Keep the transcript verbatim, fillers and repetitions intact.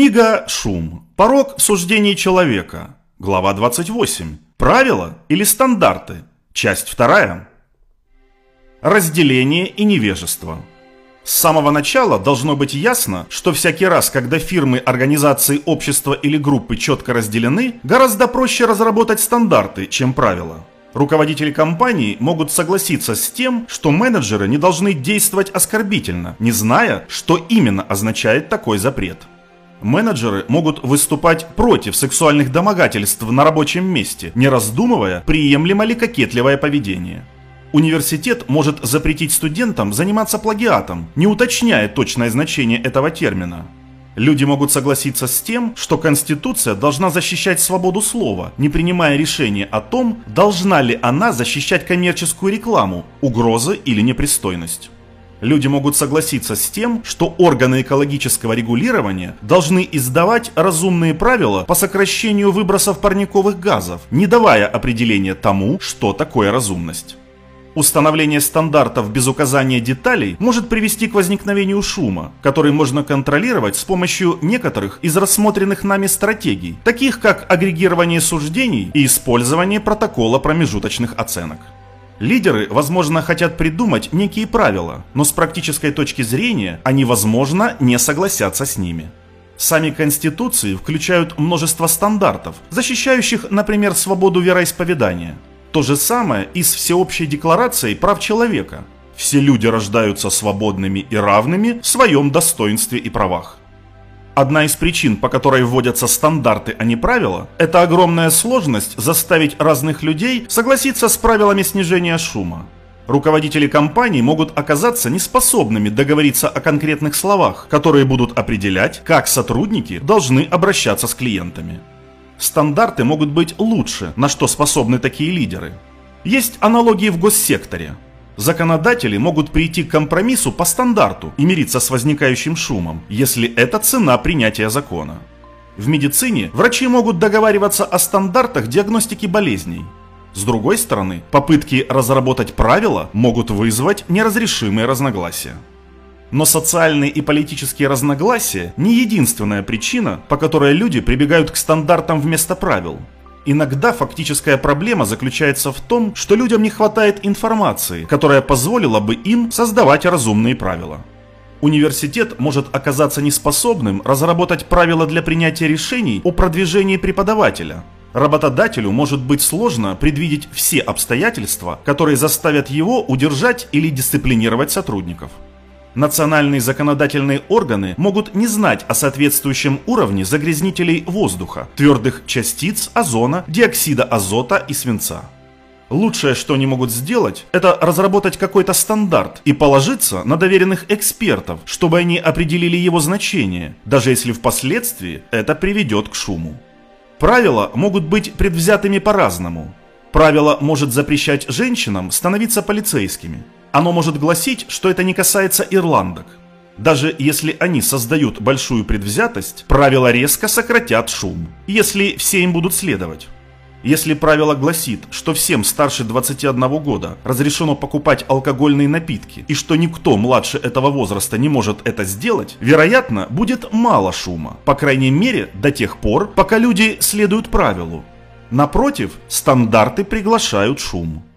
Книга «Шум. Порог суждений человека». Глава двадцать восемь. Правила или стандарты? Часть вторая. Разделение и невежество. С самого начала должно быть ясно, что всякий раз, когда фирмы, организации, общества или группы четко разделены, гораздо проще разработать стандарты, чем правила. Руководители компании могут согласиться с тем, что менеджеры не должны действовать оскорбительно, не зная, что именно означает такой запрет. Менеджеры могут выступать против сексуальных домогательств на рабочем месте, не раздумывая, приемлемо ли кокетливое поведение. Университет может запретить студентам заниматься плагиатом, не уточняя точное значение этого термина. Люди могут согласиться с тем, что Конституция должна защищать свободу слова, не принимая решения о том, должна ли она защищать коммерческую рекламу, угрозы или непристойность. Люди могут согласиться с тем, что органы экологического регулирования должны издавать разумные правила по сокращению выбросов парниковых газов, не давая определения тому, что такое разумность. Установление стандартов без указания деталей может привести к возникновению шума, который можно контролировать с помощью некоторых из рассмотренных нами стратегий, таких как агрегирование суждений и использование протокола промежуточных оценок. Лидеры, возможно, хотят придумать некие правила, но с практической точки зрения они, возможно, не согласятся с ними. Сами конституции включают множество стандартов, защищающих, например, свободу вероисповедания. То же самое и с Всеобщей декларацией прав человека. Все люди рождаются свободными и равными в своем достоинстве и правах. Одна из причин, по которой вводятся стандарты, а не правила, это огромная сложность заставить разных людей согласиться с правилами снижения шума. Руководители компаний могут оказаться неспособными договориться о конкретных словах, которые будут определять, как сотрудники должны обращаться с клиентами. Стандарты могут быть лучше, на что способны такие лидеры. Есть аналогии в госсекторе. Законодатели могут прийти к компромиссу по стандарту и мириться с возникающим шумом, если это цена принятия закона. В медицине врачи могут договариваться о стандартах диагностики болезней. С другой стороны, попытки разработать правила могут вызвать неразрешимые разногласия. Но социальные и политические разногласия не единственная причина, по которой люди прибегают к стандартам вместо правил. Иногда фактическая проблема заключается в том, что людям не хватает информации, которая позволила бы им создавать разумные правила. Университет может оказаться неспособным разработать правила для принятия решений о продвижении преподавателя. Работодателю может быть сложно предвидеть все обстоятельства, которые заставят его удержать или дисциплинировать сотрудников. Национальные законодательные органы могут не знать о соответствующем уровне загрязнителей воздуха, твердых частиц озона, диоксида азота и свинца. Лучшее, что они могут сделать, это разработать какой-то стандарт и положиться на доверенных экспертов, чтобы они определили его значение, даже если впоследствии это приведет к шуму. Правила могут быть предвзятыми по-разному. Правило может запрещать женщинам становиться полицейскими. Оно может гласить, что это не касается ирландок. Даже если они создают большую предвзятость, правила резко сократят шум, если все им будут следовать. Если правило гласит, что всем старше двадцати одного года разрешено покупать алкогольные напитки и что никто младше этого возраста не может это сделать, вероятно, будет мало шума, по крайней мере до тех пор, пока люди следуют правилу. Напротив, стандарты приглашают шум.